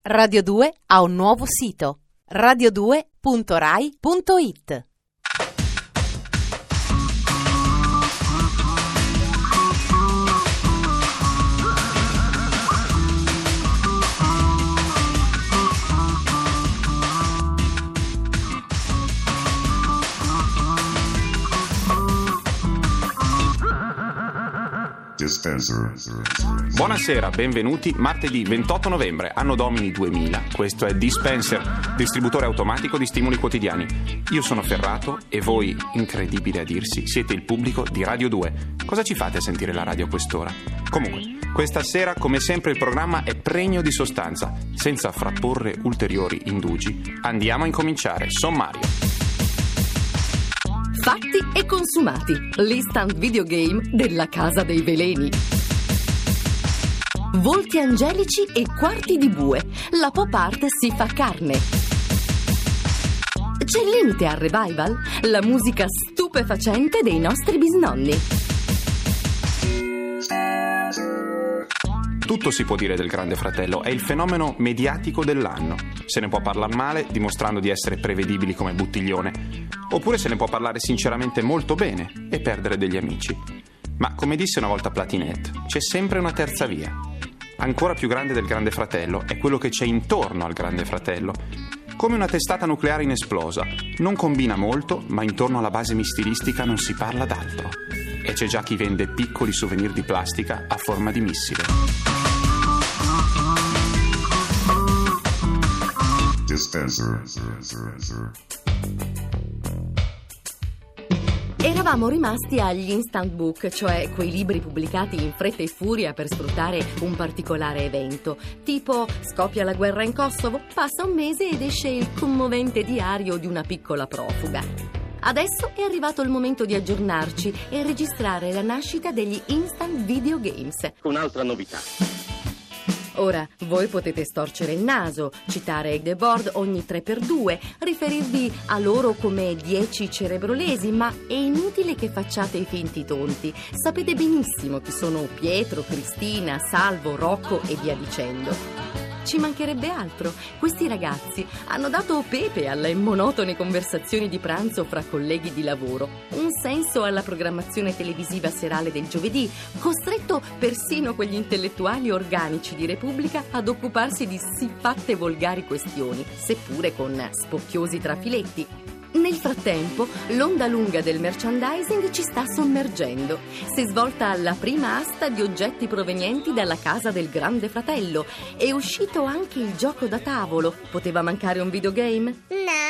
Radio 2 ha un nuovo sito: radio2.rai.it. Buonasera, benvenuti. Martedì 28 novembre, anno domini 2000. Questo è Dispenser, distributore automatico di stimoli quotidiani. Io sono Ferrato e voi, incredibile a dirsi, siete il pubblico di Radio 2. Cosa ci fate a sentire la radio a quest'ora? Comunque, questa sera, come sempre, il programma è pregno di sostanza. Senza frapporre ulteriori indugi, andiamo a incominciare. Sommario. Fatti e consumati, l'instant videogame della Casa dei Veleni. Volti angelici e quarti di bue, la pop art si fa carne. C'è limite al revival? La musica stupefacente dei nostri bisnonni. Tutto si può dire del Grande Fratello, è il fenomeno mediatico dell'anno. Se ne può parlare male, dimostrando di essere prevedibili come Buttiglione, oppure se ne può parlare sinceramente molto bene e perdere degli amici. Ma come disse una volta Platinette, c'è sempre una terza via. Ancora più grande del Grande Fratello è quello che c'è intorno al Grande Fratello. Come una testata nucleare inesplosa, non combina molto, ma intorno alla base mistilistica non si parla d'altro. E c'è già chi vende piccoli souvenir di plastica a forma di missile. Eravamo rimasti agli instant book, cioè quei libri pubblicati in fretta e furia per sfruttare un particolare evento. Tipo, scoppia la guerra in Kosovo, passa un mese ed esce il commovente diario di una piccola profuga. Adesso è arrivato il momento di aggiornarci e registrare la nascita degli instant videogames. Un'altra novità. Ora, voi potete storcere il naso, citare The Board ogni 3x2, riferirvi a loro come 10 cerebrolesi, ma è inutile che facciate i finti tonti. Sapete benissimo chi sono Pietro, Cristina, Salvo, Rocco e via dicendo. Ci mancherebbe altro. Questi ragazzi hanno dato pepe alle monotone conversazioni di pranzo fra colleghi di lavoro, un senso alla programmazione televisiva serale del giovedì, costretto persino quegli intellettuali organici di Repubblica ad occuparsi di siffatte volgari questioni, seppure con spocchiosi trafiletti. Nel frattempo, l'onda lunga del merchandising ci sta sommergendo. Si è svolta la prima asta di oggetti provenienti dalla casa del Grande Fratello. È uscito anche il gioco da tavolo. Poteva mancare un videogame?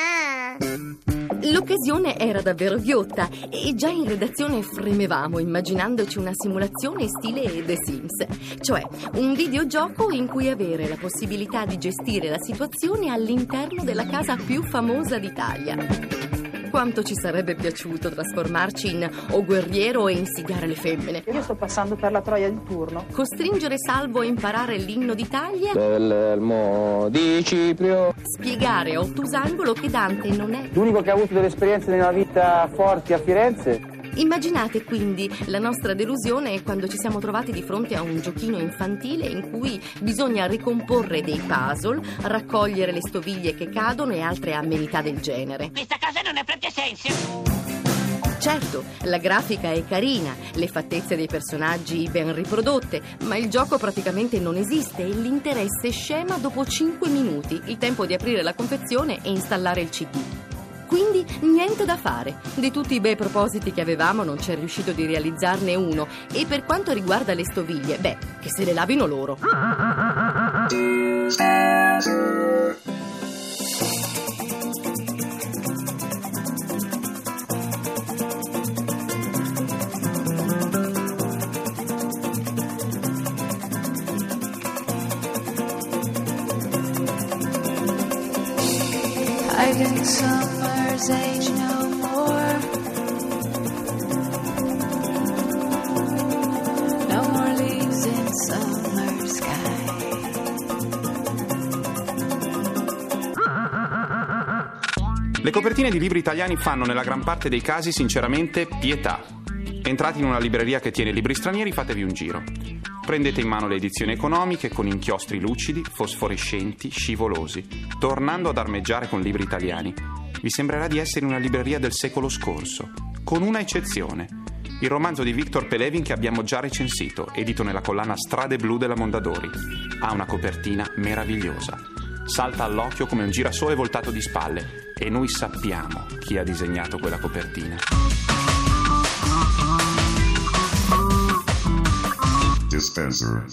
No! L'occasione era davvero ghiotta e già in redazione fremevamo immaginandoci una simulazione stile The Sims, cioè un videogioco in cui avere la possibilità di gestire la situazione all'interno della casa più famosa d'Italia. Quanto ci sarebbe piaciuto trasformarci in o guerriero e insidiare le femmine. Io sto passando per la Troia di turno. Costringere Salvo a imparare l'inno d'Italia. L'elmo di Ciprio. Spiegare a Ottusangolo che Dante non è L'unico che ha avuto delle esperienze nella vita forti a Firenze. Immaginate quindi la nostra delusione quando ci siamo trovati di fronte a un giochino infantile in cui bisogna ricomporre dei puzzle, raccogliere le stoviglie che cadono e altre amenità del genere. Questa casa non è pretesensio. Certo, la grafica è carina, le fattezze dei personaggi ben riprodotte, ma il gioco praticamente non esiste e l'interesse scema dopo 5 minuti, il tempo di aprire la confezione e installare il CD. Quindi niente da fare. Di tutti i bei propositi che avevamo non c'è riuscito di realizzarne uno. E per quanto riguarda le stoviglie, che se le lavino loro. Hiding summer's age no more. No more leaves in summer sky. Le copertine di libri italiani fanno nella gran parte dei casi sinceramente pietà. Entrate in una libreria che tiene libri stranieri, fatevi un giro. Prendete in mano le edizioni economiche con inchiostri lucidi, fosforescenti, scivolosi, tornando ad armeggiare con libri italiani. Vi sembrerà di essere in una libreria del secolo scorso, con una eccezione: il romanzo di Victor Pelevin che abbiamo già recensito, edito nella collana Strade Blu della Mondadori. Ha una copertina meravigliosa. Salta all'occhio come un girasole voltato di spalle, e noi sappiamo chi ha disegnato quella copertina. Dispenser.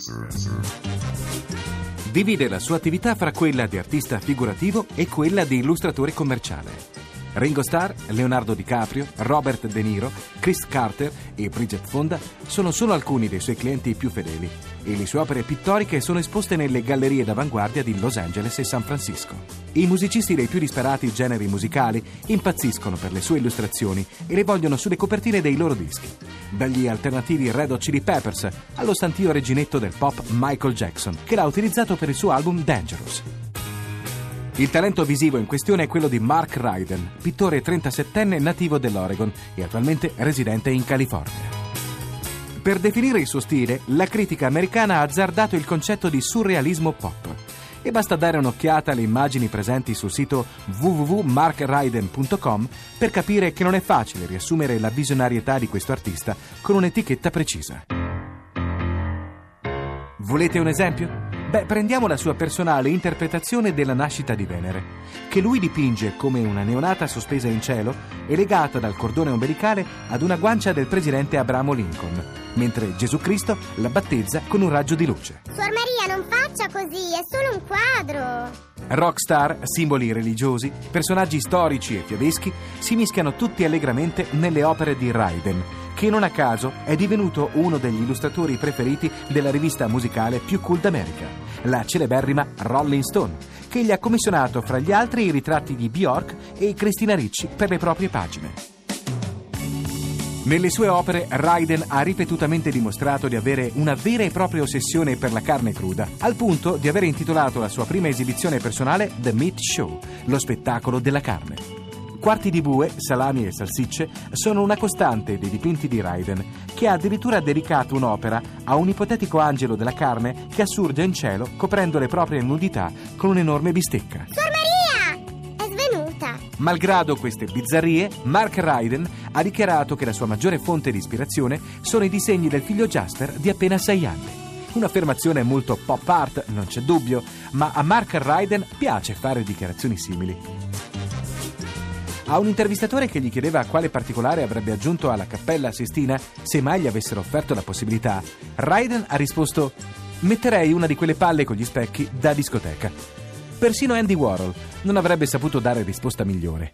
Divide la sua attività fra quella di artista figurativo e quella di illustratore commerciale. Ringo Starr, Leonardo DiCaprio, Robert De Niro, Chris Carter e Bridget Fonda sono solo alcuni dei suoi clienti più fedeli e le sue opere pittoriche sono esposte nelle gallerie d'avanguardia di Los Angeles e San Francisco. I musicisti dei più disparati generi musicali impazziscono per le sue illustrazioni e le vogliono sulle copertine dei loro dischi, dagli alternativi Red Hot Chili Peppers allo stantio reginetto del pop Michael Jackson, che l'ha utilizzato per il suo album Dangerous. Il talento visivo in questione è quello di Mark Ryden, pittore 37enne nativo dell'Oregon e attualmente residente in California. Per definire il suo stile, la critica americana ha azzardato il concetto di surrealismo pop. E basta dare un'occhiata alle immagini presenti sul sito www.markryden.com per capire che non è facile riassumere la visionarietà di questo artista con un'etichetta precisa. Volete un esempio? Beh, prendiamo la sua personale interpretazione della nascita di Venere, che lui dipinge come una neonata sospesa in cielo e legata dal cordone ombelicale ad una guancia del presidente Abramo Lincoln, mentre Gesù Cristo la battezza con un raggio di luce. Suor Maria, non faccia così, è solo un quadro. Rockstar, simboli religiosi, personaggi storici e fiabeschi si mischiano tutti allegramente nelle opere di Ryden, che non a caso è divenuto uno degli illustratori preferiti della rivista musicale più cool d'America, la celeberrima Rolling Stone, che gli ha commissionato fra gli altri i ritratti di Bjork e Christina Ricci per le proprie pagine. Nelle sue opere Ryden ha ripetutamente dimostrato di avere una vera e propria ossessione per la carne cruda, al punto di aver intitolato la sua prima esibizione personale The Meat Show, lo spettacolo della carne. Quarti di bue, salami e salsicce sono una costante dei dipinti di Ryden, che ha addirittura dedicato un'opera a un ipotetico angelo della carne che assurge in cielo coprendo le proprie nudità con un'enorme bistecca. Suor Maria! È svenuta! Malgrado queste bizzarrie, Mark Ryden ha dichiarato che la sua maggiore fonte di ispirazione sono i disegni del figlio Jasper di appena 6 anni. Un'affermazione molto pop art, non c'è dubbio, ma a Mark Ryden piace fare dichiarazioni simili. A un intervistatore che gli chiedeva quale particolare avrebbe aggiunto alla Cappella Sistina se mai gli avessero offerto la possibilità, Ryden ha risposto: metterei una di quelle palle con gli specchi da discoteca. Persino Andy Warhol non avrebbe saputo dare risposta migliore.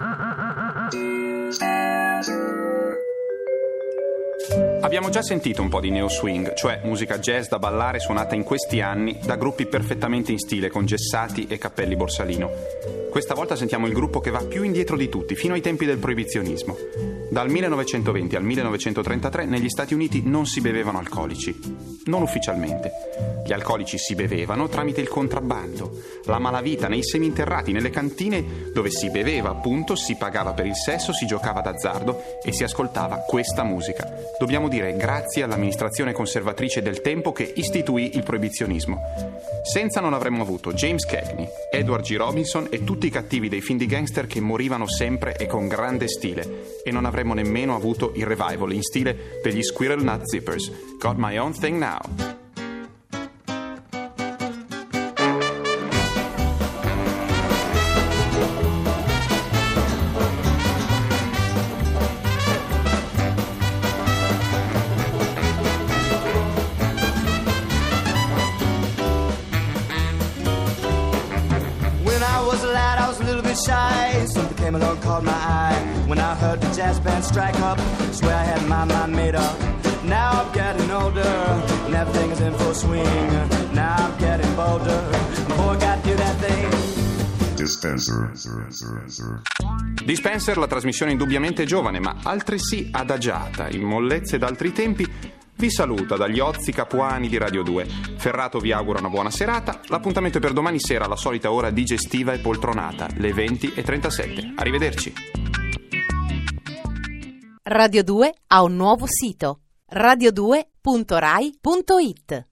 Abbiamo già sentito un po' di neo swing, cioè musica jazz da ballare suonata in questi anni da gruppi perfettamente in stile con gessati e cappelli borsalino. Questa volta sentiamo il gruppo che va più indietro di tutti, fino ai tempi del proibizionismo. Dal 1920 al 1933 negli Stati Uniti non si bevevano alcolici, non ufficialmente. Gli alcolici si bevevano tramite il contrabbando, la malavita nei seminterrati, nelle cantine dove si beveva appunto, si pagava per il sesso, si giocava d'azzardo e si ascoltava questa musica. Dobbiamo dire grazie all'amministrazione conservatrice del tempo che istituì il proibizionismo. Senza non avremmo avuto James Cagney, Edward G. Robinson e tutti i cattivi dei film di gangster che morivano sempre e con grande stile, e non avremmo nemmeno avuto il revival in stile degli Squirrel Nut Zippers. Got My Own Thing Now. Shy, something came along, caught my eye. When I heard the jazz band strike up, swear I had my mind made up. Now I'm getting older, and everything is in full swing. Now I'm getting bolder, boy, gotta do that thing. Dispenser. Dispenser, la trasmissione indubbiamente giovane, ma altresì adagiata, in mollezze d'altri tempi, vi saluta dagli Ozzi Capuani di Radio 2. Ferrato vi augura una buona serata. L'appuntamento è per domani sera alla solita ora digestiva e poltronata, le 20:37. Arrivederci. Radio 2 ha un nuovo sito: radio2.it. radio.rai.it